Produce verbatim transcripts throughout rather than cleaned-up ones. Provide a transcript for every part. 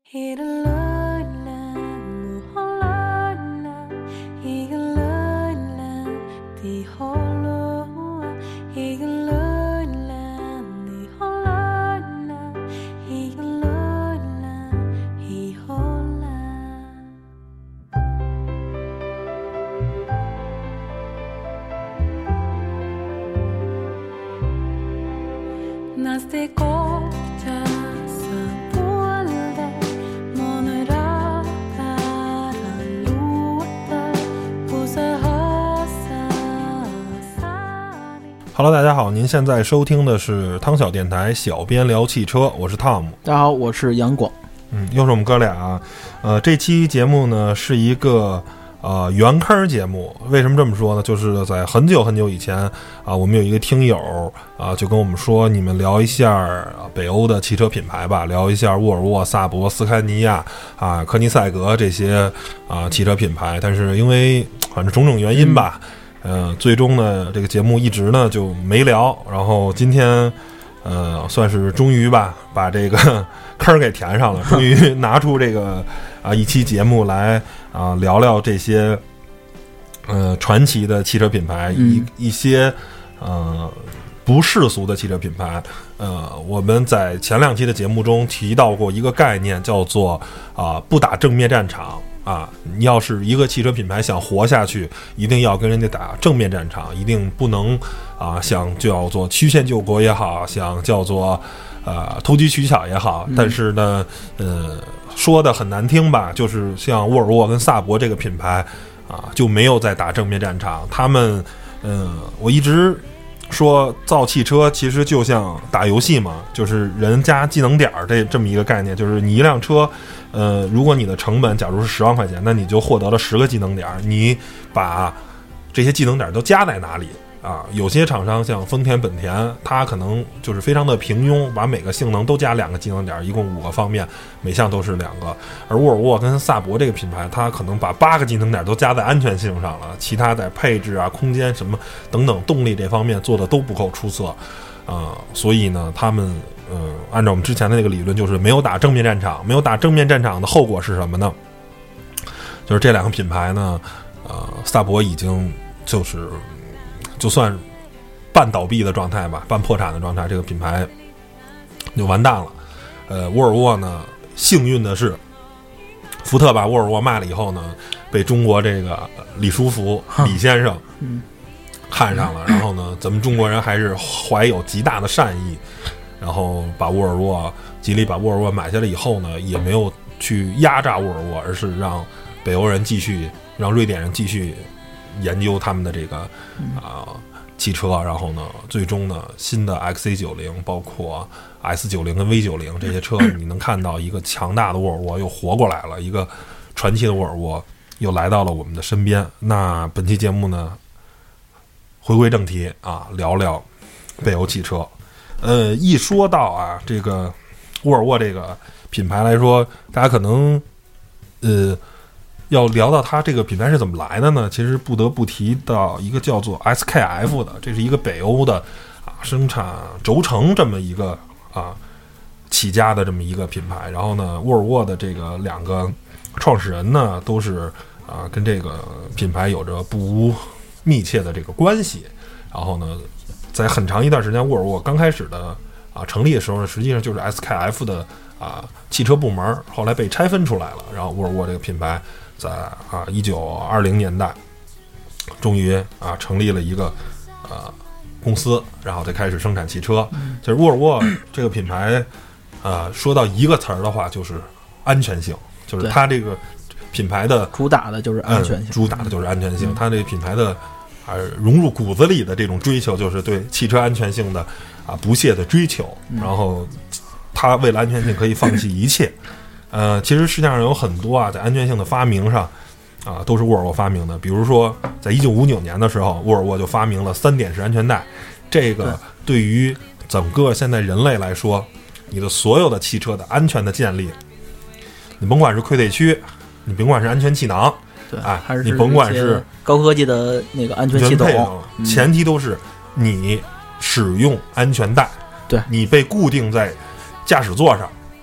Hello， 大家好，您现在收听的是汤小电台小编聊汽车，我是汤姆。 大家好，我是杨广。 嗯，又是我们哥俩啊。呃，这期节目呢是一个呃原坑节目。为什么这么说呢？就是在很久很久以前啊、呃，我们有一个听友啊、呃，就跟我们说，你们聊一下北欧的汽车品牌吧，聊一下沃尔沃、萨博、斯堪尼亚啊、科尼赛格这些啊、呃、汽车品牌。但是因为反正种种原因吧。嗯呃，最终呢，这个节目一直呢就没聊，然后今天，呃，算是终于吧，把这个坑给填上了，终于拿出这个啊、呃、一期节目来啊、呃、聊聊这些呃传奇的汽车品牌，一一些呃不世俗的汽车品牌。呃，我们在前两期的节目中提到过一个概念，叫做啊、呃、不打正面战场。啊，你要是一个汽车品牌想活下去，一定要跟人家打正面战场，一定不能啊想叫做曲线救国也好，想叫做呃投机取巧也好，但是呢，呃说的很难听吧，就是像沃尔沃跟萨博这个品牌啊就没有在打正面战场，他们嗯、呃，我一直说造汽车其实就像打游戏嘛，就是人加技能点这这么一个概念，就是你一辆车。呃，如果你的成本假如是十万块钱，那你就获得了十个技能点，你把这些技能点都加在哪里啊？有些厂商像丰田、本田，它可能就是非常的平庸，把每个性能都加两个技能点，一共五个方面，每项都是两个。而沃尔沃跟萨博这个品牌，它可能把八个技能点都加在安全性上了，其他在配置啊、空间什么等等动力这方面做的都不够出色啊、呃，所以呢，他们。嗯，按照我们之前的那个理论，就是没有打正面战场，没有打正面战场的后果是什么呢？就是这两个品牌呢，呃，萨博已经就是就算半倒闭的状态吧，半破产的状态，这个品牌就完蛋了。呃，沃尔沃呢，幸运的是，福特把沃尔沃卖了以后呢，被中国这个李书福李先生看上了，然后呢，咱们中国人还是怀有极大的善意。然后把沃尔沃，吉利把沃尔沃买下来以后呢，也没有去压榨沃尔沃，而是让北欧人继续，让瑞典人继续研究他们的这个啊、呃、汽车。然后呢，最终呢，新的 X C 九十 包括 S 九十 跟 V 九十 这些车，你能看到一个强大的沃尔沃又活过来了，一个传奇的沃尔沃又来到了我们的身边。那本期节目呢，回归正题啊，聊聊北欧汽车。呃，一说到啊，这个沃尔沃这个品牌来说，大家可能呃要聊到它这个品牌是怎么来的呢？其实不得不提到一个叫做 S K F 的，这是一个北欧的啊生产轴承这么一个啊起家的这么一个品牌。然后呢，沃尔沃的这个两个创始人呢，都是啊跟这个品牌有着不无密切的这个关系。然后呢。在很长一段时间，沃尔沃刚开始的啊成立的时候呢，实际上就是 S K F 的啊汽车部门，后来被拆分出来了。然后沃尔沃这个品牌在啊一九二零年代，终于啊成立了一个呃公司，然后再开始生产汽车。其实沃尔沃这个品牌，呃说到一个词儿的话，就是安全性，就是它这个品牌的主打的就是安全性， 嗯、主打的就是安全性，嗯、它这个品牌的。啊，融入骨子里的这种追求，就是对汽车安全性的啊不懈的追求。然后，他为了安全性可以放弃一切。呃，其实世界上有很多啊，在安全性的发明上，啊，都是沃尔沃发明的。比如说，在一九五九年的时候，沃尔沃就发明了三点式安全带。这个对于整个现在人类来说，你的所有的汽车的安全的建立，你甭管是溃退区，你甭管是安全气囊。 对， 哎， 还是你甭管是高科技的那个安全系统， 嗯、前提都是你使用安全带， 对， 你被固定在驾驶座上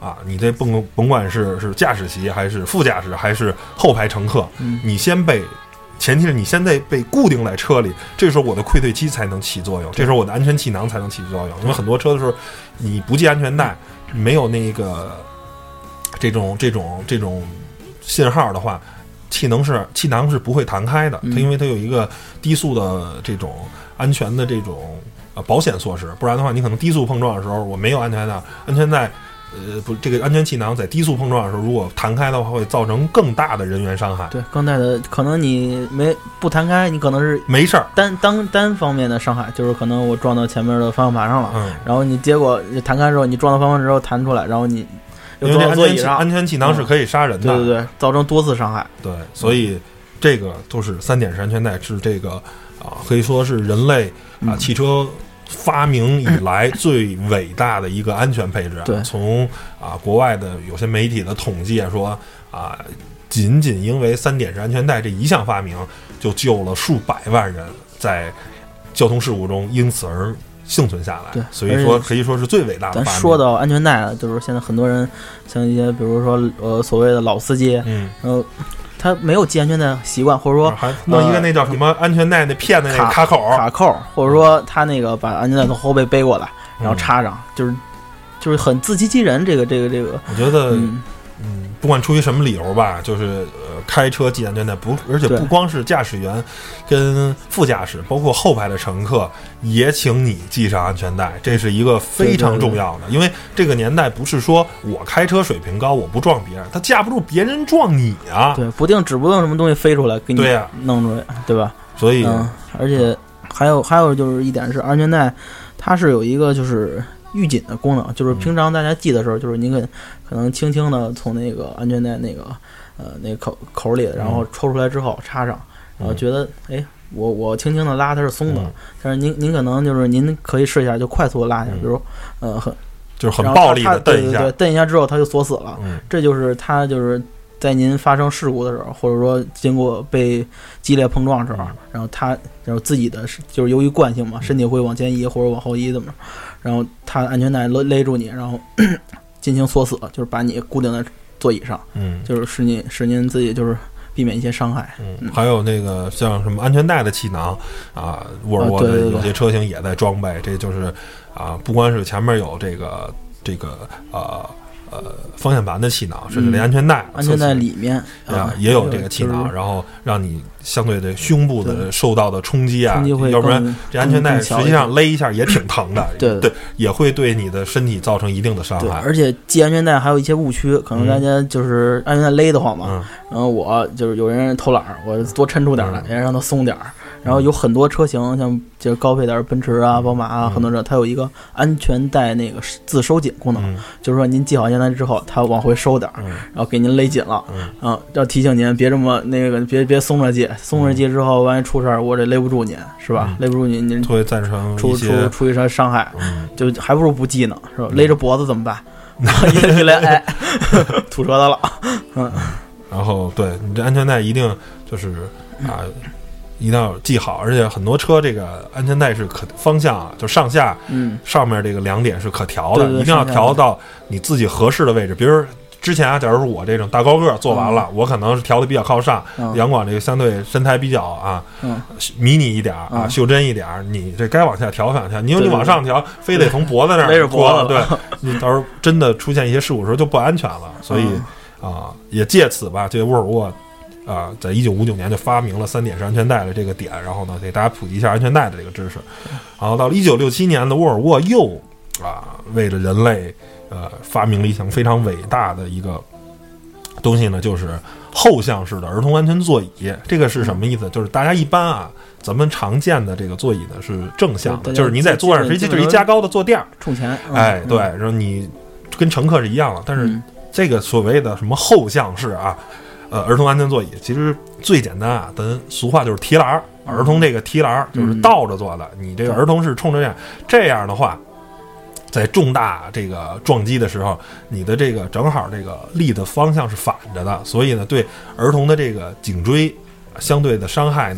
啊，你这甭甭管是是驾驶席还是副驾驶还是后排乘客， 嗯、 你先被。前提是你现在被固定在车里，这时候我的馈退期才能起作用，这时候我的安全气囊才能起作用。因为很多车的时候，你不系安全带，没有那个这种这种这种信号的话，气囊是气囊是不会弹开的。它因为它有一个低速的这种安全的这种呃保险措施，不然的话，你可能低速碰撞的时候，我没有安全带，安全带。呃，不，这个安全气囊在低速碰撞的时候，如果弹开的话，会造成更大的人员伤害。 对，更大的可能你没不弹开，你可能是没事儿， 单单单方面的伤害，就是可能我撞到前面的方向盘上了， 嗯， 然后你结果弹开之后，你撞到方向盘之后弹出来，然后你又撞到座椅上， 安全气囊是可以杀人的， 嗯、对对对，造成多次伤害。 对，所以这个都是三点式安全带，是这个啊，可以说是人类啊、嗯、汽车。发明以来最伟大的一个安全配置、啊， 对， 从啊国外的有些媒体的统计说啊，仅仅因为三点式安全带这一项发明，就救了数百万人在交通事故中因此而幸存下来。 对， 所以说可以说是最伟大的发明。 咱说到安全带了，就是现在很多人像一些比如说呃所谓的老司机， 嗯， 然后。他没有系安全带习惯，或者说还弄一个那叫什么安全带那片的那个卡口卡扣，或者说他那个把安全带从后背背过来，然后插上，嗯、就是就是很自欺欺人。这个这个这个， 我觉得，嗯，嗯不管出于什么理由吧，就是呃，开车系安全带不，而且不光是驾驶员跟副驾驶，包括后排的乘客也请你系上安全带，这是一个非常重要的。 对对对， 因为这个年代不是说我开车水平高，我不撞别人，他架不住别人撞你啊。 对，不定指不定什么东西飞出来给你弄出来，对, 对吧？ 所以， 嗯，而且还有还有就是一点是安全带，它是有一个就是预警的功能，就是平常大家系的时候，就是您可可能轻轻的从那个安全带那个呃那个口口里，然后抽出来之后插上，然后觉得哎。我我轻轻的拉它是松的，嗯、但是您您可能就是您可以试一下，就快速的拉一下，嗯、比如呃很就是很暴力的蹬一下， 对对对，蹬一下之后它就锁死了。 嗯， 这就是它就是在您发生事故的时候，或者说经过被激烈碰撞的时候， 嗯、 然后它然后自己的就是由于惯性嘛，身体会往前移或者往后移怎么着，然后它安全带勒勒住你，然后进行锁死，就是把你固定在座椅上， 嗯， 就是使您使您自己就是。避免一些伤害。 嗯，还有那个像什么安全带的气囊啊，沃尔沃的有些车型也在装备，这就是啊，不光是前面有这个这个呃呃方向盘的气囊，甚至连安全带、 嗯、安全带里面啊也有这个气囊，然后让你相对的胸部的受到的冲击啊， 冲击会要不然这安全带实际上勒一下也挺疼的， 对对，也会对你的身体造成一定的伤害。 而且系安全带还有一些误区，可能大家就是安全带勒得慌嘛， 嗯、 然后我就是有人偷懒，我多抻出点来，也、嗯、让它松点儿。然后有很多车型，像就是高配点奔驰啊、宝马啊，很多车它有一个安全带那个自收紧功能， 嗯、 就是说您系好安全带之后，它往回收点儿， 嗯、 然后给您勒紧了， 嗯、 啊，要提醒您别这么那个，别别松着系，松着系之后，万一出事儿，我这勒不住您，是吧？ 嗯、 勒不住您，您会造成出出出一些伤害， 嗯、 就还不如不系呢，是吧？勒着脖子怎么办？一勒哎，吐舌头了，嗯。 然后，对你这安全带一定就是啊。一定要系好，而且很多车这个安全带是可方向啊，就上下， 嗯， 上面这个两点是可调的， 对对对， 一定要调到你自己合适的位置。比如之前啊，假如说我这种大高个做完了， 嗯、 我可能是调的比较靠上， 嗯、 杨广这个相对身材比较啊， 嗯， 迷你一点啊， 嗯、 袖珍一点，你这该往下调往下，你因为你往上调，非得从脖子那儿勒着脖子， 对，你到时候真的出现一些事故的时候就不安全了。所以嗯、 啊，也借此吧，这个沃尔沃。啊，在一九五九年就发明了三点式安全带的这个点，然后呢，给大家普及一下安全带的这个知识。然后到了一九六七年的沃尔沃又啊，为了人类呃发明了一项非常伟大的一个东西呢，就是后向式的儿童安全座椅。这个是什么意思？就是大家一般啊，咱们常见的这个座椅呢是正向的，就是您在坐上，实际就是一加高的坐垫， 冲前。 嗯、哎，对，然后你跟乘客是一样的，但是这个所谓的什么后向式啊。呃，儿童安全座椅其实最简单啊，咱俗话就是提篮，儿童这个提篮就是倒着坐的，嗯、你这个儿童是冲着这样，这样的话，在重大这个撞击的时候，你的这个正好这个力的方向是反着的，所以呢，对儿童的这个颈椎相对的伤害能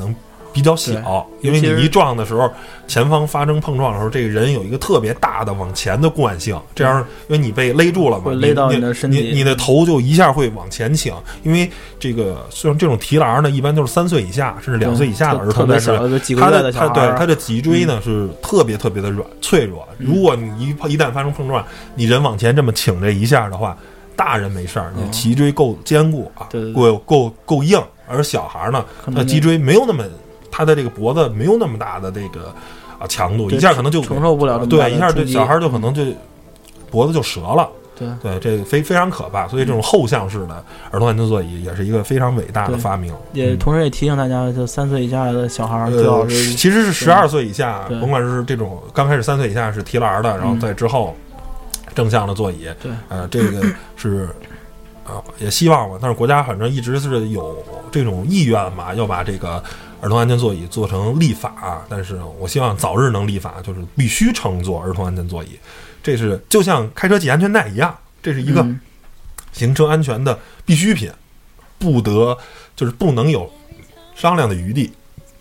比较小，因为你一撞的时候，前方发生碰撞的时候，这个人有一个特别大的往前的惯性，这样因为你被勒住了嘛， 会勒到你的身体， 你你的头就一下会往前倾。因为这个虽然这种提篮呢，一般都是三岁以下甚至两岁以下的儿童，但是他的他对他的脊椎呢、嗯、是特别特别的软脆弱。如果你一一旦发生碰撞，你人往前这么倾这一下的话，大人没事儿，你的脊椎够坚固啊， 对对对够够够硬。而小孩呢，他脊椎没有那么，他的这个脖子没有那么大的这个啊强度，一下可能就承受不了。 对，一下对小孩就可能就脖子就折了。 对对，这个非非常可怕。所以这种后向式的儿童安全座椅也是一个非常伟大的发明。 也同时也提醒大家，就三岁以下的小孩最好是， 呃、其实是十二岁以下，甭管是这种刚开始三岁以下是提篮的，然后在之后正向的座椅， 对， 呃，这个是。啊，也希望吧，但是国家反正一直是有这种意愿嘛，要把这个儿童安全座椅做成立法。但是我希望早日能立法，就是必须乘坐儿童安全座椅。这是就像开车系安全带一样，这是一个行车安全的必需品，不得就是不能有商量的余地。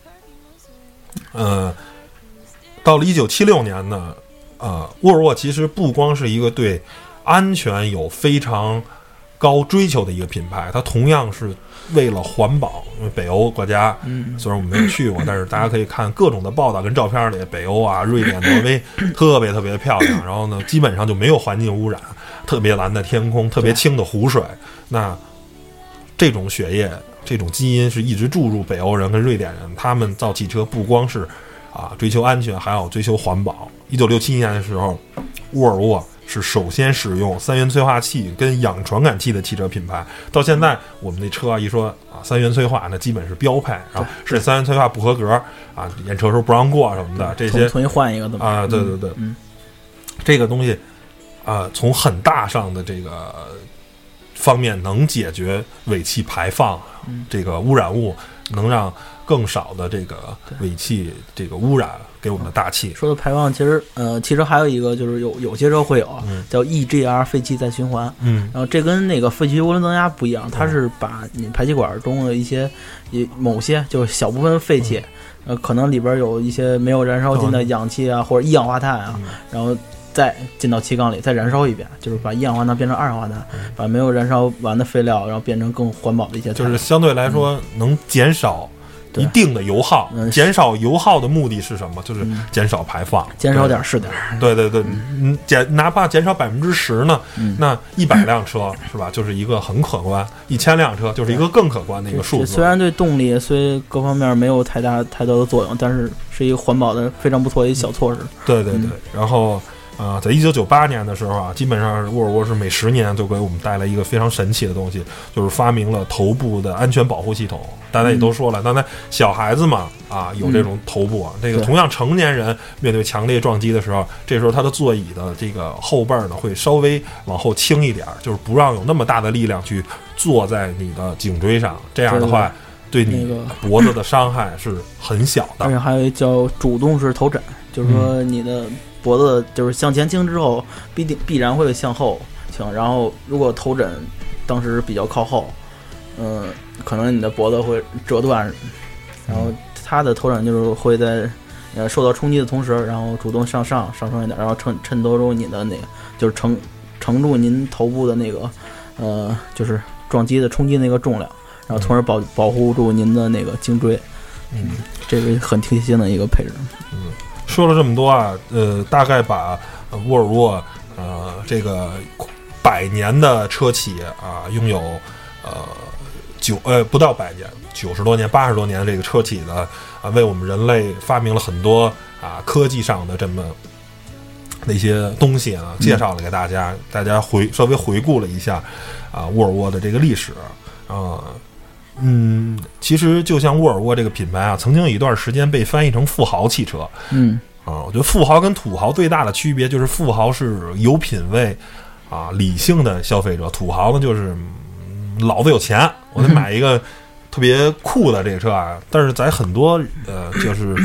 呃，到了一九七六年呢，呃，沃尔沃其实不光是一个对安全有非常高追求的一个品牌，它同样是为了环保。因为北欧国家， 嗯， 虽然我们没有去过，但是大家可以看各种的报道跟照片里，北欧啊、瑞典、挪威特别特别漂亮。然后呢，基本上就没有环境污染，特别蓝的天空，特别清的湖水。那这种血液、这种基因是一直注入北欧人跟瑞典人，他们造汽车不光是啊追求安全，还要追求环保。一九六七年的时候，沃尔沃是首先使用三元催化器跟氧传感器的汽车品牌。到现在我们那车啊一说啊三元催化，那基本是标配，然后是三元催化不合格啊，验车时候不让过什么的，这些重新换一个的啊，对对对， 嗯， 这个东西啊，从很大上的这个方面能解决尾气排放， 嗯、 这个污染物能让更少的这个尾气这个污染给我们的大气。 说的排放，其实呃，汽车还有一个就是有有些车会有、 嗯、 叫 E G R 废气再循环， 嗯， 然后这跟那个废气涡轮增压不一样，它是把你排气管中的一些一某些就是小部分废气， 嗯、 呃，可能里边有一些没有燃烧尽的氧气啊、嗯、或者一氧化碳啊， 嗯、 然后再进到气缸里再燃烧一遍，就是把一氧化碳变成二氧化碳， 嗯、 把没有燃烧完的废料，然后变成更环保的一些， 就是相对来说能减少一定的油耗。 嗯、 减少油耗的目的是什么？就是减少排放， 减少点是点。 对对对，嗯，减哪怕减少百分之十呢， 嗯、 那一百辆车是吧，就是一个很可观；一千辆车就是一个更可观的一个数字。 虽然对动力虽各方面没有太大太多的作用，但是是一个环保的非常不错的一小措施。 对对对， 嗯、 然后。啊、呃，在一九九八年的时候啊，基本上沃尔沃是每十年就给我们带来一个非常神奇的东西，就是发明了头部的安全保护系统。大家也都说了，刚才小孩子嘛，啊，有这种头部啊， 嗯、 这个同样成年人面对强烈撞击的时候，这时候他的座椅的这个后背呢会稍微往后倾一点，就是不让有那么大的力量去坐在你的颈椎上，这样的话。对你脖子的伤害是很小的， 而且还有一叫主动式头枕，就是说你的脖子就是向前倾之后，必定必然会向后倾，然后如果头枕当时比较靠后，嗯、呃，可能你的脖子会折断，然后它的头枕就是会在呃受到冲击的同时，然后主动向上上升一点，然后衬衬托住你的那个就是承承住您头部的那个呃就是撞击的冲击那个重量。然后从而保保护住您的那个颈椎， 嗯， 这是很贴心的一个配置。 嗯，说了这么多啊，呃，大概把沃尔沃呃这个百年的车企啊，拥有呃九呃不到百年，九十多年、八十多年的这个车企的啊，为我们人类发明了很多啊科技上的这么那些东西啊，介绍了给大家，嗯、大家回稍微回顾了一下啊沃尔沃的这个历史啊。嗯，其实就像沃尔沃这个品牌啊，曾经有一段时间被翻译成富豪汽车。 嗯啊，我觉得富豪跟土豪最大的区别就是富豪是有品位啊、理性的消费者，土豪呢就是、嗯、老子有钱，我得买一个特别酷的这个车啊。但是在很多呃，就是啊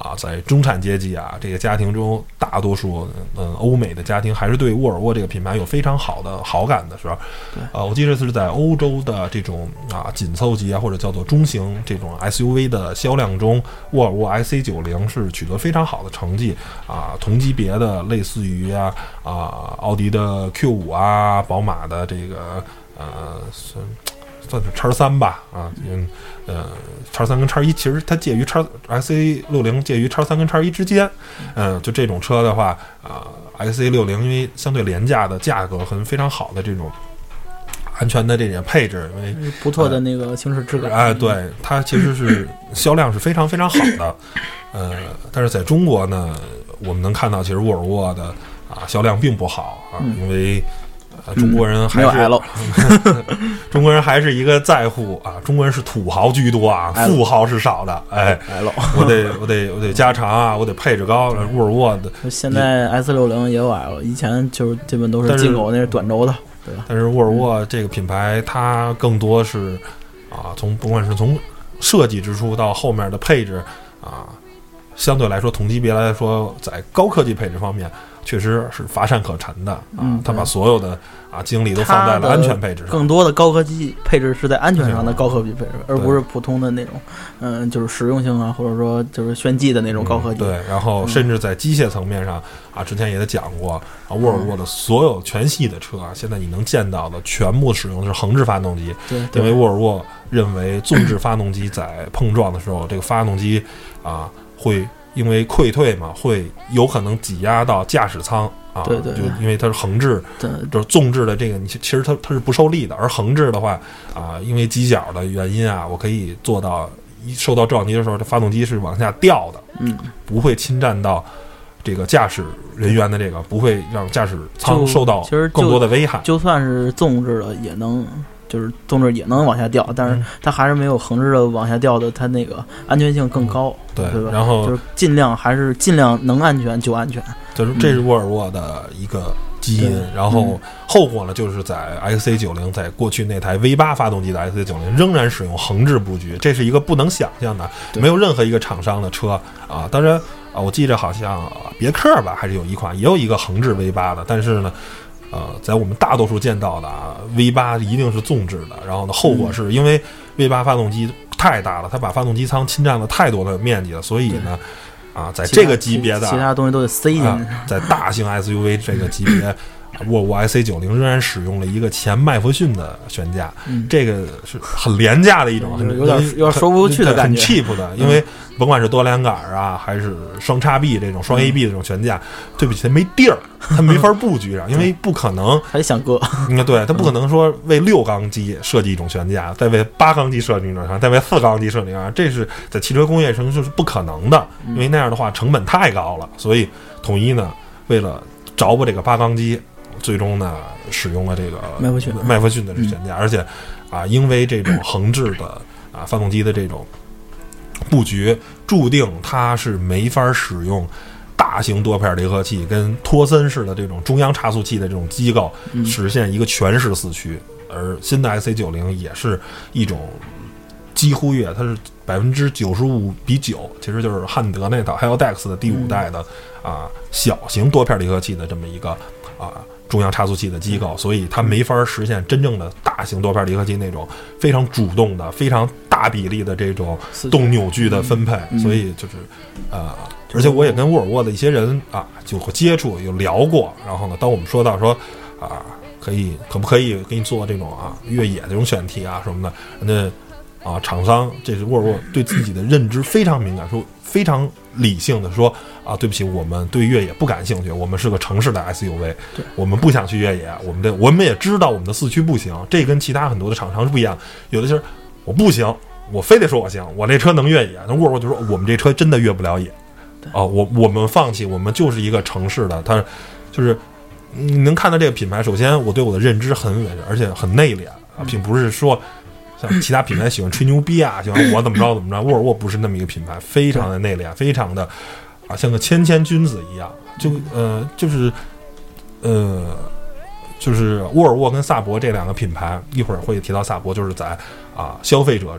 啊，在中产阶级啊这个家庭中，大多数嗯欧美的家庭还是对沃尔沃这个品牌有非常好的好感的时候，啊，我记得是在欧洲的这种啊紧凑级啊或者叫做中型这种 S U V 的销量中，沃尔沃 I C 九十 是取得非常好的成绩啊，同级别的类似于啊啊奥迪的 Q 五 啊，宝马的这个呃算算是叉三吧啊，嗯呃叉三跟叉一其实它介于叉 S A 六十介于叉三跟叉一之间，嗯、呃，就这种车的话啊、呃、，S A 六十因为相对廉价的价格和非常好的这种安全的这点配置，因为不错的那个行驶质感， 哎、呃呃，对，它其实是销量是非常非常好的，呃，但是在中国呢，我们能看到其实沃尔沃的啊销量并不好啊， 嗯、 因为。呃，中国人还是、 嗯、 中国人还是一个在乎啊，中国人是土豪居多啊，富豪是少的。哎，我得我得我得加长啊，我得配置高。沃尔沃的现在 S 六十 也有 L， 以前就是基本都是进口那是短轴的，对吧？ 但是沃尔沃这个品牌，它更多是啊，从不管是从设计之初到后面的配置啊，相对来说同级别来说，在高科技配置方面。确实是乏善可陈的啊！他把所有的啊精力都放在了安全配置上， 更多的高科技配置是在安全上的高科技配置，而不是普通的那种，嗯，就是实用性啊，或者说就是炫技的那种高科技。 嗯、对，然后甚至在机械层面上啊，之前也讲过啊，沃尔沃的所有全系的车啊，现在你能见到的全部使用的是横置发动机， 对， 因为沃尔沃认为纵置发动机在碰撞的时候，这个发动机啊会。因为溃退嘛，会有可能挤压到驾驶舱啊， 对对， 就因为它是横置， 对， 就是纵置的这个，你其实它它是不受力的，而横置的话啊，因为机脚的原因啊，我可以做到一受到撞击的时候，这发动机是往下掉的， 嗯， 不会侵占到这个驾驶人员的这个，不会让驾驶舱受到更多的危害。 就, 就算是纵置的，也能。就是纵置也能往下掉，但是它还是没有横置的往下掉的，它那个安全性更高， 嗯、对, 对吧？ 然后就是尽量还是尽量能安全就安全， 就是这是沃尔沃的一个基因。 嗯、 然后后果呢，就是在 X C 九十 在过去那台 V 八 发动机的 X C 九十 仍然使用横置布局，这是一个不能想象的，没有任何一个厂商的车啊。当然啊，我记着好像别克吧，还是有一款也有一个横置 V 八 的，但是呢。呃，在我们大多数见到的啊 ，V 八 一定是纵置的。然后呢，后果是因为 V 八 发动机太大了，它把发动机舱侵占了太多的面积了，所以呢，啊，在这个级别的其 他, 其他东西都得塞进去、 啊。在大型 S U V 这个级别，沃尔沃 I C 九十 仍然使用了一个前麦弗逊的悬架， 嗯、 这个是很廉价的一种，很有点有点说不过去的感觉， 很 cheap 的，因为甭管是多连杆啊，还是双叉臂这种双 A B 的这种悬架，嗯、对不起，它没地儿。它没法布局上，因为不可能还想搁。 嗯，对，它不可能说为六缸机设计一种悬架，再为八缸机设计一种悬架，再为四缸机设计一种，这是在汽车工业上就是不可能的，因为那样的话成本太高了。所以统一呢，为了着补这个八缸机，最终呢使用了这个麦弗逊麦弗逊的悬架，嗯、而且啊，因为这种横置的啊发动机的这种布局，注定它是没法使用。大型多片离合器跟托森式的这种中央差速器的这种机构实现一个全时四驱，嗯、而新的 S C 九十 也是一种几乎越，它是百分之九十五比九，其实就是汉德那套 Haldex 的第五代的啊小型多片离合器的这么一个啊中央差速器的机构，所以它没法实现真正的大型多片离合器那种非常主动的、非常大比例的这种动扭矩的分配， 嗯、 所以就是呃。而且我也跟沃尔沃的一些人啊，就会接触有聊过。然后呢，当我们说到说啊，可以可不可以给你做这种啊越野这种选题啊什么的，人家啊厂商这是沃尔沃对自己的认知非常敏感，说非常理性的说啊，对不起，我们对越野不感兴趣，我们是个城市的 S U V， 我们不想去越野，我们的我们也知道我们的四驱不行，这跟其他很多的厂商是不一样，有的就是我不行，我非得说我行，我这车能越野，那沃尔沃就说我们这车真的越不了野。哦，我我们放弃，我们就是一个城市的，它就是你能看到这个品牌。首先，我对我的认知很稳，而且很内敛啊，并不是说像其他品牌喜欢吹牛逼啊，喜欢我怎么着怎么着。沃尔沃不是那么一个品牌，非常的内敛，非常的啊，像个谦谦君子一样。就呃，就是呃，就是沃尔沃跟萨博这两个品牌，一会儿会提到萨博，就是在啊消费者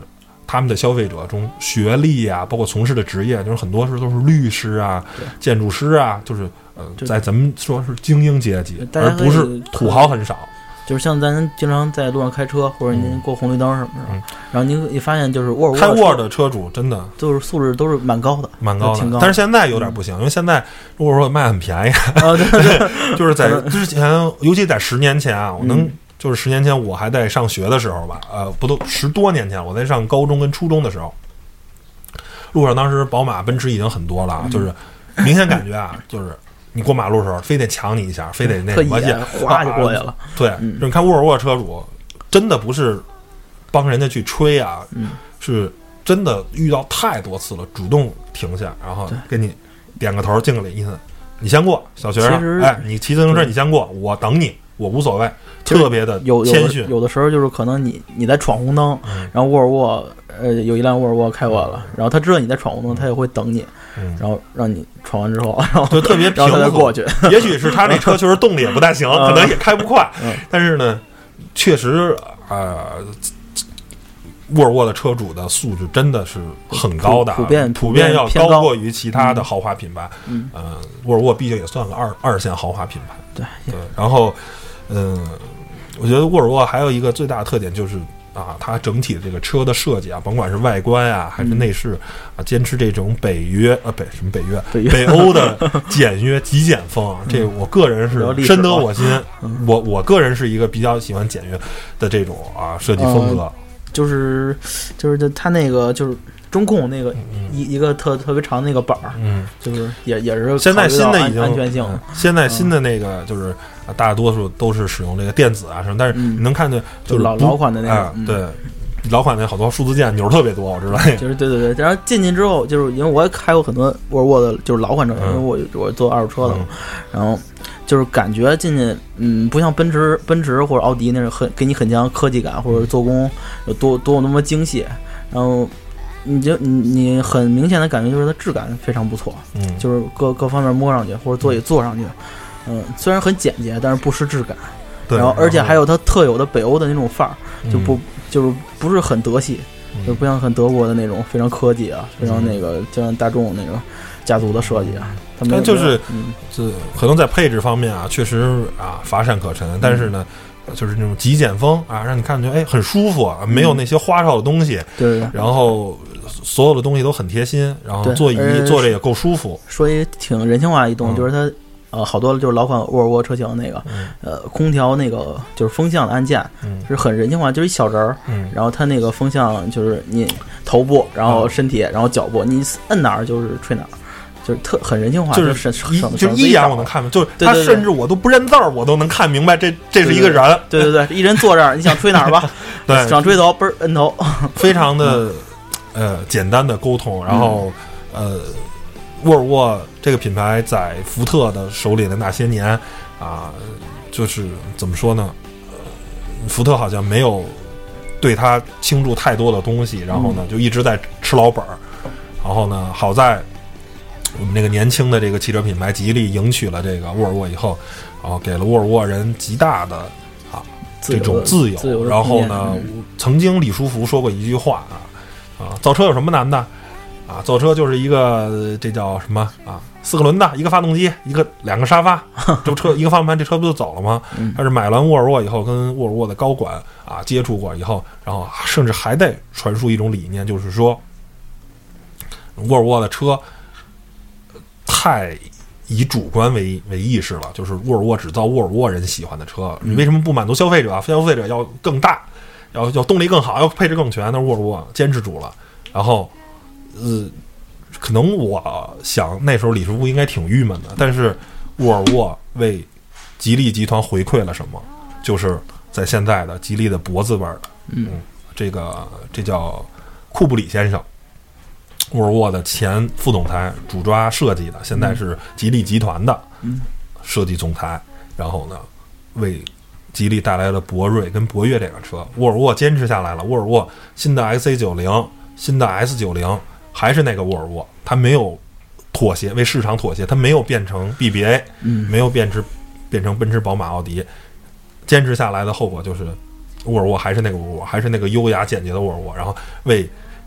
他们的消费者中学历啊，包括从事的职业，就是很多时候都是律师啊、建筑师啊，就是呃，在咱们说是精英阶级，而不是土豪很少。 就是像咱经常在路上开车，或者您过红绿灯什么的，嗯、然后您一发现就是沃尔沃开沃尔的车主真的就是素质都是蛮高的， 蛮高的， 挺高的。 但是现在有点不行，嗯、因为现在沃尔沃卖很便宜， 啊、对对就是在之前，尤其在十年前啊，我能、嗯、就是十年前我还在上学的时候吧，呃，不都十多年前，我在上高中跟初中的时候，路上当时宝马、奔驰已经很多了，嗯、就是明显感觉啊，就是。你过马路的时候，非得抢你一下，非得那什么去， 哗就过去了。 对， 嗯、 你看沃尔沃车主，真的不是帮人家去吹啊， 嗯、 是真的遇到太多次了，主动停下，然后给你点个头，敬个礼，意思你先过，小学生，哎，你骑自行车你先过，我等你，我无所谓，特别的谦逊。 有的时候就是可能你你在闯红灯， 嗯、 然后沃尔沃呃有一辆沃尔沃开过了，然后他知道你在闯红灯，他也会等你。 嗯、 然后让你闯完之后，然后就特别平稳过去。 也许是他那车确实动力也不太行，可能也开不快， 嗯、 但是呢，确实呃，沃尔沃的车主的素质真的是很高的， 普遍普遍要高过于其他的豪华品牌。 嗯， 呃，沃尔沃毕竟也算个二二线豪华品牌。 对对，然后嗯、呃，我觉得沃尔沃还有一个最大的特点就是。啊，它整体的这个车的设计啊，甭管是外观啊，还是内饰、嗯、啊，坚持这种北约呃北什么北约北, 约北欧的简约极简风啊，这个我个人是深得我心。 嗯、 我我个人是一个比较喜欢简约的这种啊设计风格， 呃、就是就是它那个就是。中控那个一、嗯、一个特特别长的那个板儿， 嗯， 就是也也是现在新的已经安全性、 嗯。现在新的那个就是、嗯、大多数都是使用这个电子啊什么，但是你能看见就是老老款的那个， 啊、对，老款的好多数字键钮特别多，我知道。 就是对对对，然后进去之后，就是因为我也开过很多沃尔沃的，就是老款车，因为我我做二手车的嘛， 嗯、 然后就是感觉进去，嗯，不像奔驰、奔驰或者奥迪那种很给你很强科技感，或者做工有多多那么精细，然后。你就你你很明显的感觉就是它质感非常不错， 嗯， 就是各各方面摸上去或者座椅坐上去，嗯，虽然很简洁，但是不失质感。 对， 然后而且还有它特有的北欧的那种范儿， 嗯、 就不就是不是很德系， 嗯、 就不像很德国的那种非常科技啊，非常那个就像大众那种家族的设计啊。他们就是， 嗯， 这可能在配置方面啊，确实啊乏善可陈，但是呢。就是那种极简风啊，让你看着哎很舒服，没有那些花哨的东西， 对、 嗯，然后所有的东西都很贴心，然后座椅坐着也够舒服。 说一挺人性化一动， 嗯、 就是它呃好多就是老款沃尔沃车型那个、 嗯、 呃空调那个就是风向的按键， 嗯， 是很人性化，就是一小人儿， 嗯， 然后它那个风向就是你头部，然后身体，嗯、然后脚部，你摁哪儿就是吹哪儿。就是特很人性化， 就是一就是一眼我能看明白，就是他甚至我都不认字儿，我都能看明白这这是一个人。 对对对，一人坐这儿，你想吹哪儿吧？ 对， 想吹头，嘣儿摁头， 非常的呃简单的沟通。然后呃，沃尔沃这个品牌在福特的手里的那些年啊，就是怎么说呢？福特好像没有对他倾注太多的东西，然后呢就一直在吃老本儿。然后呢，好在。我们这个年轻的这个汽车品牌吉利迎娶了这个沃尔沃以后，然后给了沃尔沃人极大的啊这种自由。 自由然后呢，嗯、曾经李书福说过一句话啊啊，造车有什么难的啊？造车就是一个这叫什么啊？四个轮的，一个发动机，一个两个沙发，这不车一个方向盘，这车不就走了吗？ 嗯、 但是买完沃尔沃以后，跟沃尔沃的高管啊接触过以后，然后甚至还在传输一种理念，就是说沃尔沃的车。太以主观为为意识了，就是沃尔沃只造沃尔沃人喜欢的车，你为什么不满足消费者？消费者要更大，要要动力更好，要配置更全，那沃尔沃坚持住了。然后，呃，可能我想那时候李书福应该挺郁闷的，但是沃尔沃为吉利集团回馈了什么？就是在现在的吉利的脖子味儿的， 嗯， 这个这叫库布里先生。沃尔沃的前副总裁主抓设计的，现在是吉利集团的设计总裁，然后呢，为吉利带来了博瑞跟博越两个车。沃尔沃坚持下来了，沃尔沃新的 X C 九十、新的 S 九十还是那个沃尔沃，它没有妥协，为市场妥协，它没有变成 B B A， 嗯， 没有变成变成奔驰、宝马、奥迪，坚持下来的后果就是沃尔沃还是那个沃尔沃，还是那个优雅简洁的沃尔沃，然后为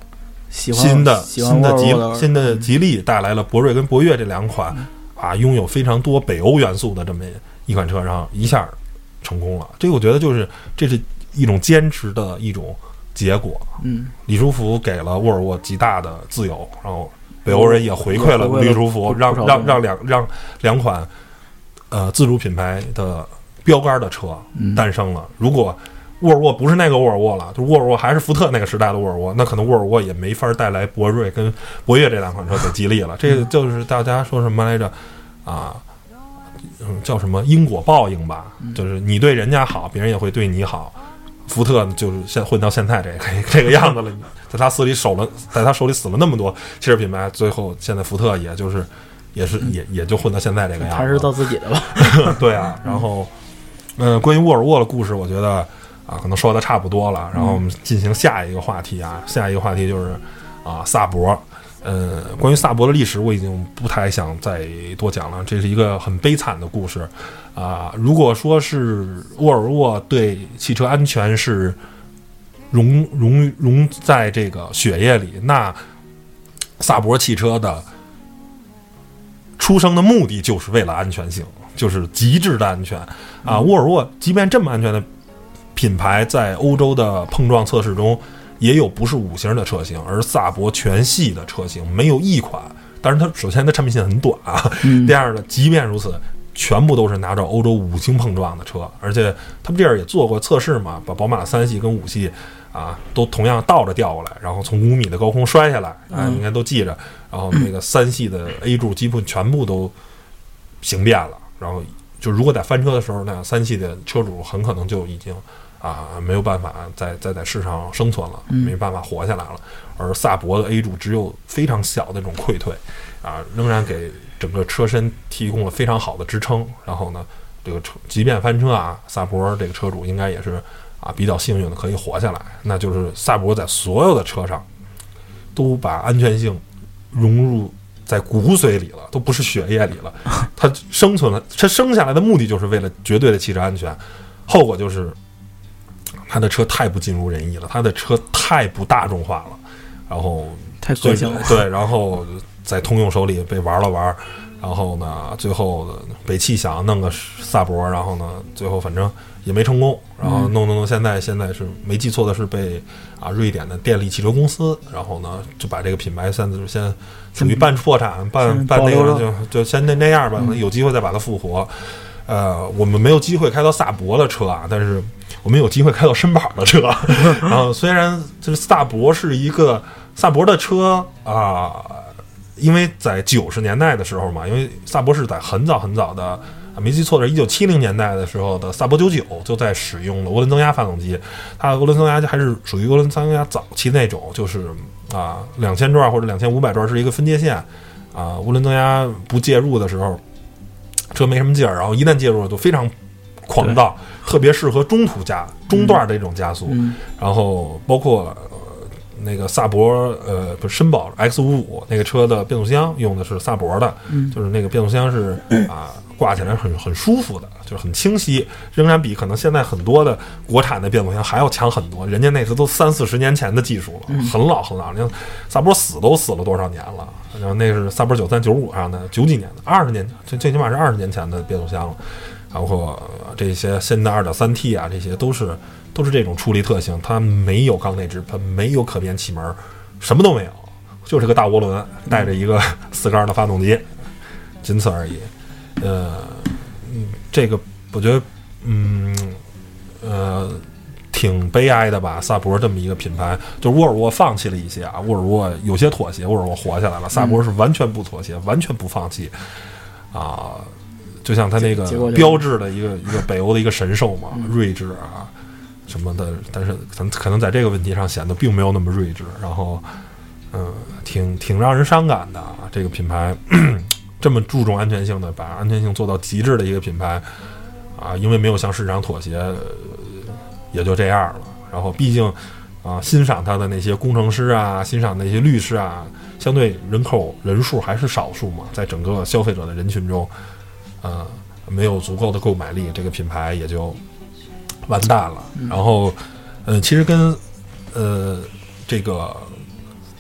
新的新的吉的新的吉利带来了博瑞跟博越这两款、嗯、啊，拥有非常多北欧元素的这么一款车，然后一下成功了。这个我觉得就是这是一种坚持的一种结果。 嗯， 李书福给了沃尔沃极大的自由，然后北欧人也回馈了李书福，让让让两让两款呃自主品牌的标杆的车诞生了。如果沃尔沃不是那个沃尔沃了，就沃尔沃还是福特那个时代的沃尔沃，那可能沃尔沃也没法带来博瑞跟博越这两款车给吉利了。这个就是大家说什么来着啊？嗯，叫什么因果报应吧？就是你对人家好，别人也会对你好。福特就是现混到现在这个这个样子了，在他手里守了，在他手里死了那么多汽车品牌，最后现在福特也就是也是也也就混到现在这个样子， 还是造自己的吧。 对啊，然后呃，关于沃尔沃的故事，我觉得啊，可能说的差不多了，然后我们进行下一个话题啊，下一个话题就是啊，萨博。呃，关于萨博的历史，我已经不太想再多讲了。这是一个很悲惨的故事啊、呃。如果说是沃尔沃对汽车安全是融融融在这个血液里，那萨博汽车的出生的目的就是为了安全性，就是极致的安全啊。沃尔沃即便这么安全的品牌，在欧洲的碰撞测试中也有不是五星的车型，而萨博全系的车型没有一款，但是它首先它产品线很短啊， 嗯、 第二呢，即便如此，全部都是拿着欧洲五星碰撞的车，而且他们这儿也做过测试嘛，把宝马三系跟五系啊都同样倒着调过来，然后从五米的高空摔下来啊，应该都记着，然后那个三系的 A 柱基本全部都形变了，然后就如果在翻车的时候，那三系的车主很可能就已经。啊，没有办法再再在市场生存了，没办法活下来了。而萨博的 A 柱只有非常小的这种溃退，啊，仍然给整个车身提供了非常好的支撑。然后呢，这个车即便翻车啊，萨博这个车主应该也是啊比较幸运的可以活下来。那就是萨博在所有的车上都把安全性融入在骨髓里了，都不是血液里了。它生存了，它生下来的目的就是为了绝对的汽车安全，后果就是。他的车太不尽如人意了，他的车太不大众化了，然后太个性了， 对，然后在通用手里被玩了玩，然后呢，最后北汽想弄个萨博，然后呢，最后反正也没成功，然后弄弄弄，现在现在是没记错的是被啊瑞典的电力汽车公司，然后呢就把这个品牌现在先属于半破产，半半那个就就先那那样吧， 嗯、 有机会再把它复活。呃，我们没有机会开到萨博的车啊，但是我们有机会开到绅宝的车。然后虽然就是萨博是一个萨博的车啊、呃，因为在九十年代的时候嘛，因为萨博是在很早很早的，没记错的是一九七零年代的时候的萨博九九就在使用了涡轮增压发动机，它的涡轮增压还是属于涡轮增压早期那种，就是啊两千转或者两千五百转是一个分界线啊，涡轮增压不介入的时候。车没什么劲儿，然后一旦介入了就非常狂躁，特别适合中途加中段的这种加速。 嗯、 然后包括、呃、那个萨博呃不是绅宝 X 五十五那个车的变速箱用的是萨博的， 嗯、 就是那个变速箱是啊挂起来很很舒服的，就是很清晰，仍然比可能现在很多的国产的变速箱还要强很多。人家那次都三四十年前的技术了， 嗯、 很老很老。你看萨博死都死了多少年了？然后那是萨博九三九五上的九几年的二十年，这最起码是二十年前的变速箱了。包括这些新的 二点三 T 啊，这些都是都是这种处理特性，它没有缸内直喷，没有可变气门，什么都没有，就是个大涡轮带着一个四缸的发动机，仅此而已。呃，嗯，这个我觉得，嗯，呃。挺悲哀的吧，萨博这么一个品牌，就沃尔沃放弃了一些啊，沃尔沃有些妥协，沃尔沃活下来了，萨博是完全不妥协，完全不放弃啊，就像他那个标志的一个一个北欧的一个神兽嘛，睿智啊什么的，但是可能可能在这个问题上显得并没有那么睿智，然后嗯，挺挺让人伤感的啊，这个品牌这么注重安全性的，把安全性做到极致的一个品牌啊，因为没有向市场妥协。也就这样了。然后，毕竟啊，欣赏他的那些工程师啊，欣赏那些律师啊，相对人口人数还是少数嘛，在整个消费者的人群中，呃，没有足够的购买力，这个品牌也就完蛋了。然后，呃，其实跟呃这个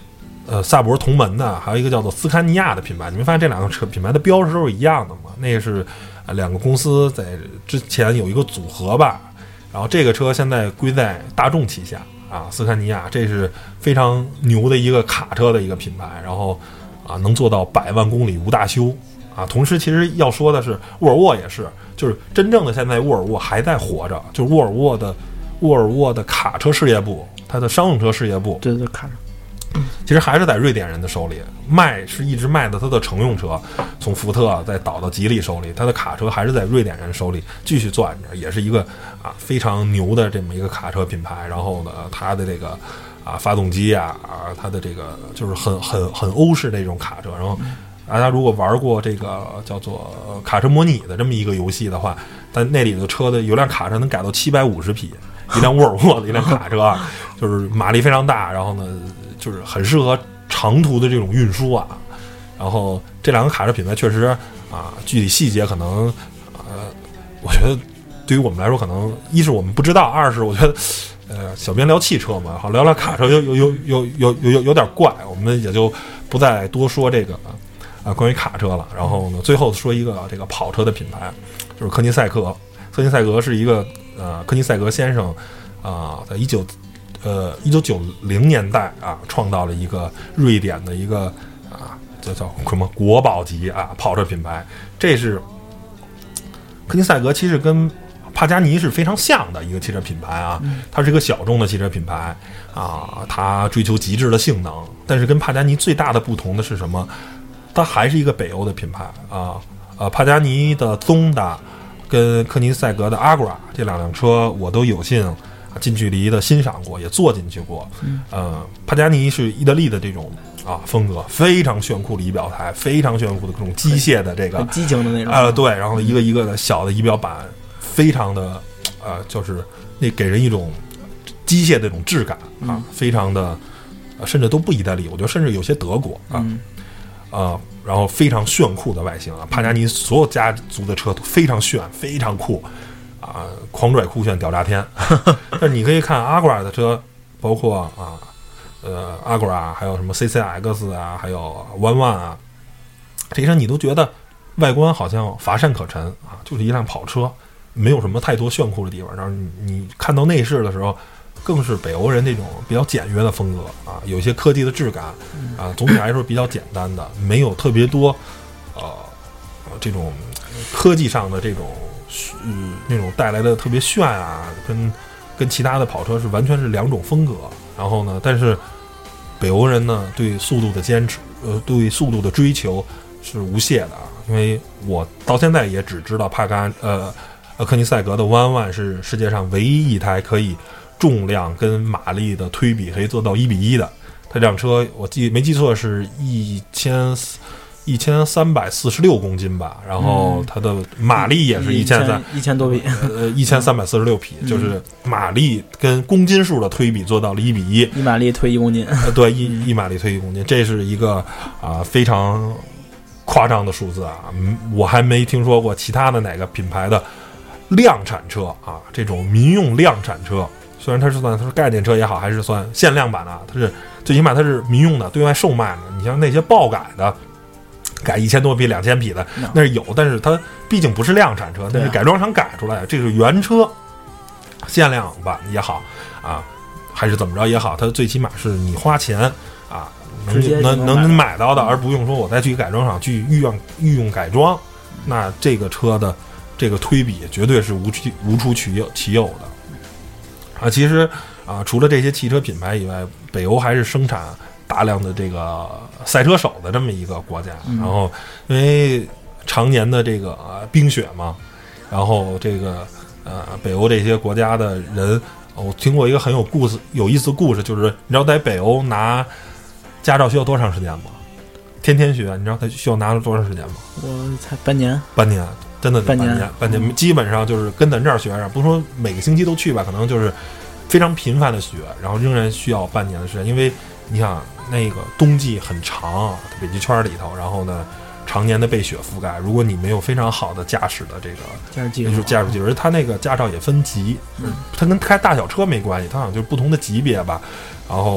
呃萨博同门的，还有一个叫做斯堪尼亚的品牌。你们发现这两个车品牌的标识都是一样的吗？那个是、呃、两个公司在之前有一个组合吧，然后这个车现在归在大众旗下啊，斯堪尼亚这是非常牛的一个卡车的一个品牌，然后啊能做到百万公里无大修啊。同时其实要说的是沃尔沃也是，就是真正的现在沃尔沃还在活着，就是沃尔沃的沃尔沃的卡车事业部，它的商用车事业部， 对对卡车。 其实还是在瑞典人的手里，卖是一直卖的它的乘用车，从福特再倒到吉利手里，它的卡车还是在瑞典人手里继续攥着，也是一个啊非常牛的这么一个卡车品牌。然后呢，它的这个啊发动机啊啊，它的这个就是很很很欧式的这种卡车。然后大家如果玩过这个叫做卡车模拟的这么一个游戏的话，但那里的车的有辆卡车能改到七百五十匹，一辆沃尔沃的一辆卡车啊，就是马力非常大，然后呢。就是很适合长途的这种运输啊，然后这两个卡车品牌确实啊，具体细节可能呃，我觉得对于我们来说，可能一是我们不知道，二是我觉得呃，小编聊汽车嘛，好聊聊卡车有有有有有有有有点怪，我们也就不再多说这个啊、呃、关于卡车了。然后呢，最后说一个这个跑车的品牌，就是科尼赛克。科尼赛格是一个呃，科尼赛格先生啊、呃，在一九。呃，一九九零年代啊，创造了一个瑞典的一个啊，叫叫什么国宝级啊跑车品牌。这是科尼赛格，其实跟帕加尼是非常像的一个汽车品牌啊。它是一个小众的汽车品牌啊，它追求极致的性能。但是跟帕加尼最大的不同的是什么？它还是一个北欧的品牌啊。呃，帕加尼的宗达跟科尼赛格的阿古拉这两辆车，我都有幸。近距离的欣赏过，也坐进去过。嗯，呃，帕加尼是意大利的这种啊风格，非常炫酷的仪表台，非常炫酷的这种机械的这个激情的那种。 呃，对，然后一个一个的小的仪表板，非常的呃，就是那给人一种机械的这种质感啊， 嗯、 非常的、呃，甚至都不意大利，我觉得甚至有些德国啊， 嗯、 呃，然后非常炫酷的外形啊，帕加尼所有家族的车都非常炫，非常酷。啊，狂拽酷炫屌炸天！但是你可以看阿古拉的车，包括啊，呃，阿古拉还有什么 C C X 啊，还有弯弯啊，这些车你都觉得外观好像乏善可陈啊，就是一辆跑车，没有什么太多炫酷的地方。然后你你看到内饰的时候，更是北欧人这种比较简约的风格啊，有些科技的质感啊，总体来说比较简单的，没有特别多呃这种科技上的这种。嗯，那种带来的特别炫啊，跟跟其他的跑车是完全是两种风格。然后呢，但是北欧人呢对速度的坚持，呃，对速度的追求是无懈的啊。因为我到现在也只知道帕甘呃呃科尼赛格的弯弯是世界上唯一一台可以重量跟马力的推比可以做到一比一的。它这辆车我记没记错是一千。一千三百四十六公斤吧，然后它的马力也是一千三一千多匹， 呃，一千三百四十六匹，就是马力跟公斤数的推比做到了一比一， 一马力推一公斤， 呃，对，一一马力推一公斤，这是一个啊、呃、非常夸张的数字啊，我还没听说过其他的哪个品牌的量产车啊，这种民用量产车，虽然它是算它是概念车也好，还是算限量版啊，它是最起码它是民用的，对外售卖的。你像那些爆改的。改一千多匹、两千匹的那是有，但是它毕竟不是量产车，那是改装厂改出来的，这是原车，限量版也好啊，还是怎么着也好，它最起码是你花钱啊能能能买到的，而不用说我再去改装厂去御用御用改装，那这个车的这个推比绝对是无出无出其右其右的啊。其实啊，除了这些汽车品牌以外，北欧还是生产大量的这个赛车手的这么一个国家，然后因为常年的这个、呃、冰雪嘛，然后这个呃北欧这些国家的人，我听过一个很有故事、有意思的故事，就是你知道在北欧拿驾照需要多长时间吗？天天学，你知道他需要拿了多长时间吗？ 我才半年， 半年，真的得半年， 年，半年，基本上就是跟咱这儿学生，不说每个星期都去吧，可能就是非常频繁的学，然后仍然需要半年的时间，因为你想。那个冬季很长，北极圈里头，然后呢，常年的被雪覆盖。如果你没有非常好的驾驶的这个驾驶技术，驾驶技术，它那个驾照也分级，嗯，它跟开大小车没关系，它好像就是不同的级别吧。然后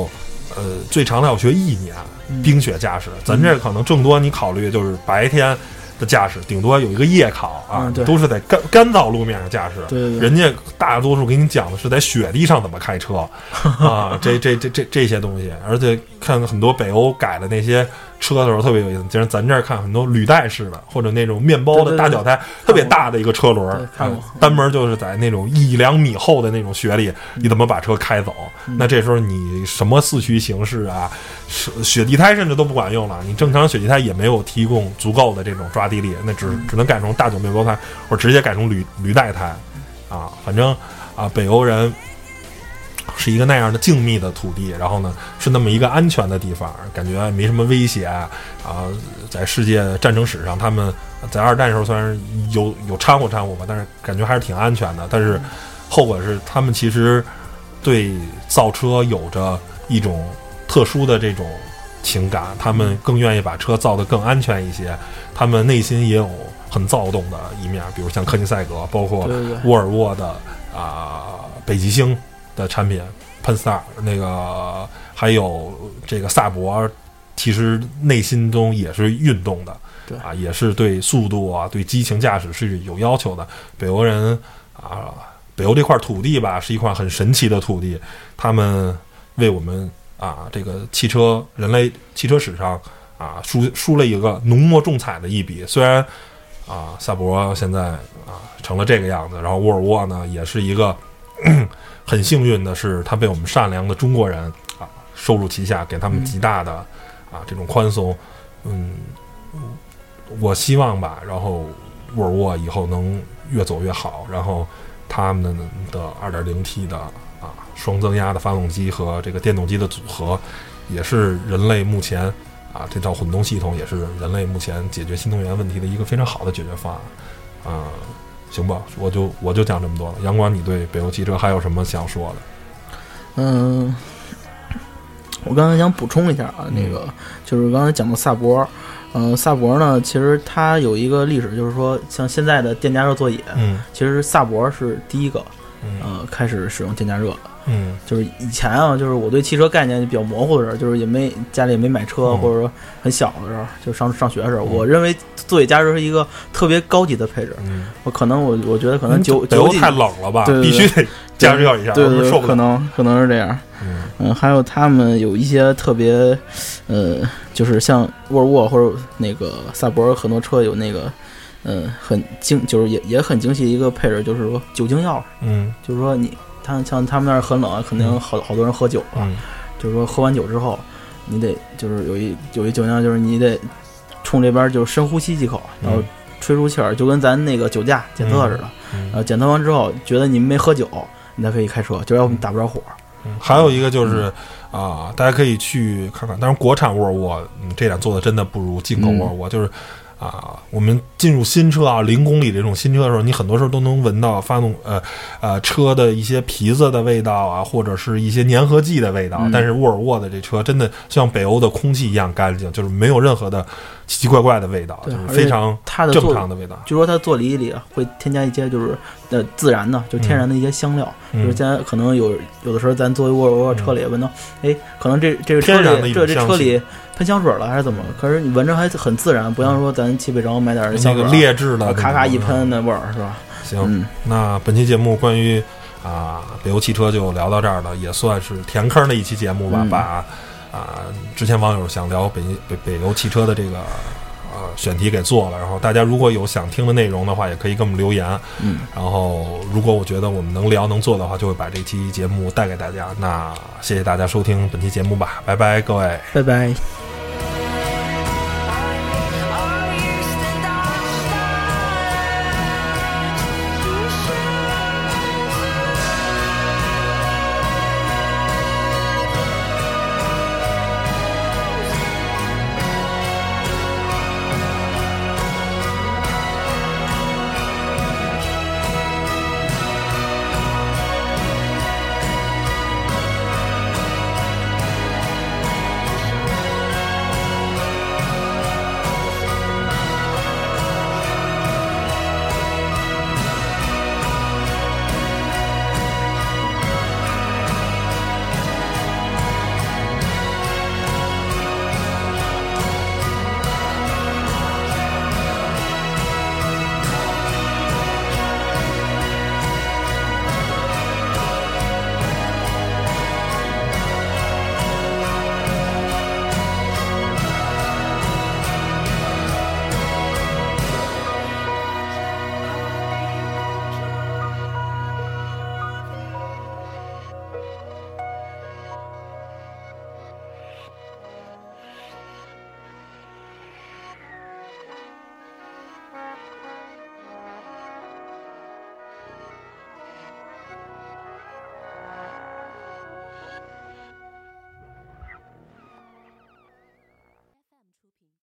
呃，最长的要学一年冰雪驾驶，咱这可能更多你考虑就是白天的驾驶，顶多有一个夜考啊， 嗯、 都是在干干燥路面上驾驶。 对对对， 人家大多数给你讲的是在雪地上怎么开车啊，这这这这这些东西，而且看很多北欧改的那些车的时候特别有意思，就是咱这儿看很多履带式的，或者那种面包的大脚胎，特别大的一个车轮， 看过、 嗯、单门就是在那种一两米厚的那种雪里，你怎么把车开走？ 嗯、 那这时候你什么四驱形式啊，雪地胎甚至都不管用了，你正常雪地胎也没有提供足够的这种抓地力，那只只能改成大脚面包胎，或者直接改成履履带胎啊。反正啊，北欧人是一个那样的静谧的土地，然后呢是那么一个安全的地方，感觉没什么威胁啊。在世界战争史上，他们在二战的时候虽然有有掺和掺和吧，但是感觉还是挺安全的。但是后果是，他们其实对造车有着一种特殊的这种情感，他们更愿意把车造得更安全一些，他们内心也有很躁动的一面，比如像科尼赛格，包括沃尔沃的啊、呃、北极星的产品 Polestar 那个，还有这个萨博，其实内心中也是运动的， 对啊，也是对速度啊、对激情驾驶是有要求的。北欧人啊，北欧这块土地吧，是一块很神奇的土地，他们为我们啊这个汽车人类汽车史上啊输输了一个浓墨重彩的一笔。虽然啊萨博现在啊成了这个样子，然后沃尔沃呢也是一个很幸运的是，他被我们善良的中国人啊收入旗下，给他们极大的、嗯、啊这种宽松。嗯，我希望吧，然后沃尔沃以后能越走越好，然后他们的 二点零 T 的啊双增压的发动机和这个电动机的组合，也是人类目前啊这套混动系统也是人类目前解决新能源问题的一个非常好的解决方案啊。行吧，我就我就讲这么多了。阳光，你对北欧汽车还有什么想说的？ 嗯，我刚才想补充一下啊，那个、嗯、就是刚才讲到萨博，嗯、呃，萨博呢，其实它有一个历史，就是说像现在的电加热座椅， 嗯， 其实萨博是第一个， 嗯、 呃，开始使用电加热的。 嗯， 就是以前啊，就是我对汽车概念比较模糊的时候，就是也没家里也没买车， 嗯、 或者说很小的时候，就上上学的时候，嗯、我认为座椅加热是一个特别高级的配置。 嗯， 我可能我我觉得可能九北欧太冷了吧， 对对对， 必须得加热一下， 对 对, 对, 对， 受不了。 可能可能是这样。 嗯嗯，还有他们有一些特别，呃，就是像沃尔沃或者那个萨博，很多车有那个。嗯，很精，就是也也很精细的一个配置，就是说酒精钥匙。 嗯， 就是说你，他像他们那儿很冷，肯定好、嗯、好多人喝酒了。 嗯， 就是说喝完酒之后，你得就是有一有一酒精，就是你得冲这边就深呼吸几口，然后吹出气儿，就跟咱那个酒驾检测似的。 嗯， 然后检测完之后，觉得你没喝酒，你才可以开车，就要不打不着火。 嗯，还有一个就是啊、嗯呃，大家可以去看看，当然国产沃尔沃，嗯，这点做的真的不如进口沃尔沃，嗯、就是。啊，我们进入新车啊，零公里这种新车的时候，你很多时候都能闻到发动呃呃车的一些皮子的味道啊，或者是一些粘合剂的味道。 嗯、 但是沃尔沃的这车真的像北欧的空气一样干净，就是没有任何的奇奇怪怪的味道，就是非常正常的味道。 据说它座椅里会添加一些就是呃自然的，就天然的一些香料。 嗯、 就是现在可能有有的时候咱作为沃尔沃车里闻到，哎、嗯，可能这这个车里这这车里。喷香水了还是怎么？可是你闻着还很自然，不像说咱汽配城买点香水、 那个劣质的， 咔咔一喷那味儿是吧？ 行， 嗯、 那本期节目关于啊北欧汽车就聊到这儿了，也算是填坑的一期节目吧。 嗯、 把啊之前网友想聊北北北欧汽车的这个呃选题给做了，然后大家如果有想听的内容的话，也可以给我们留言。 嗯， 然后如果我觉得我们能聊能做的话，就会把这期节目带给大家。那谢谢大家收听本期节目吧，拜拜，各位， 拜拜。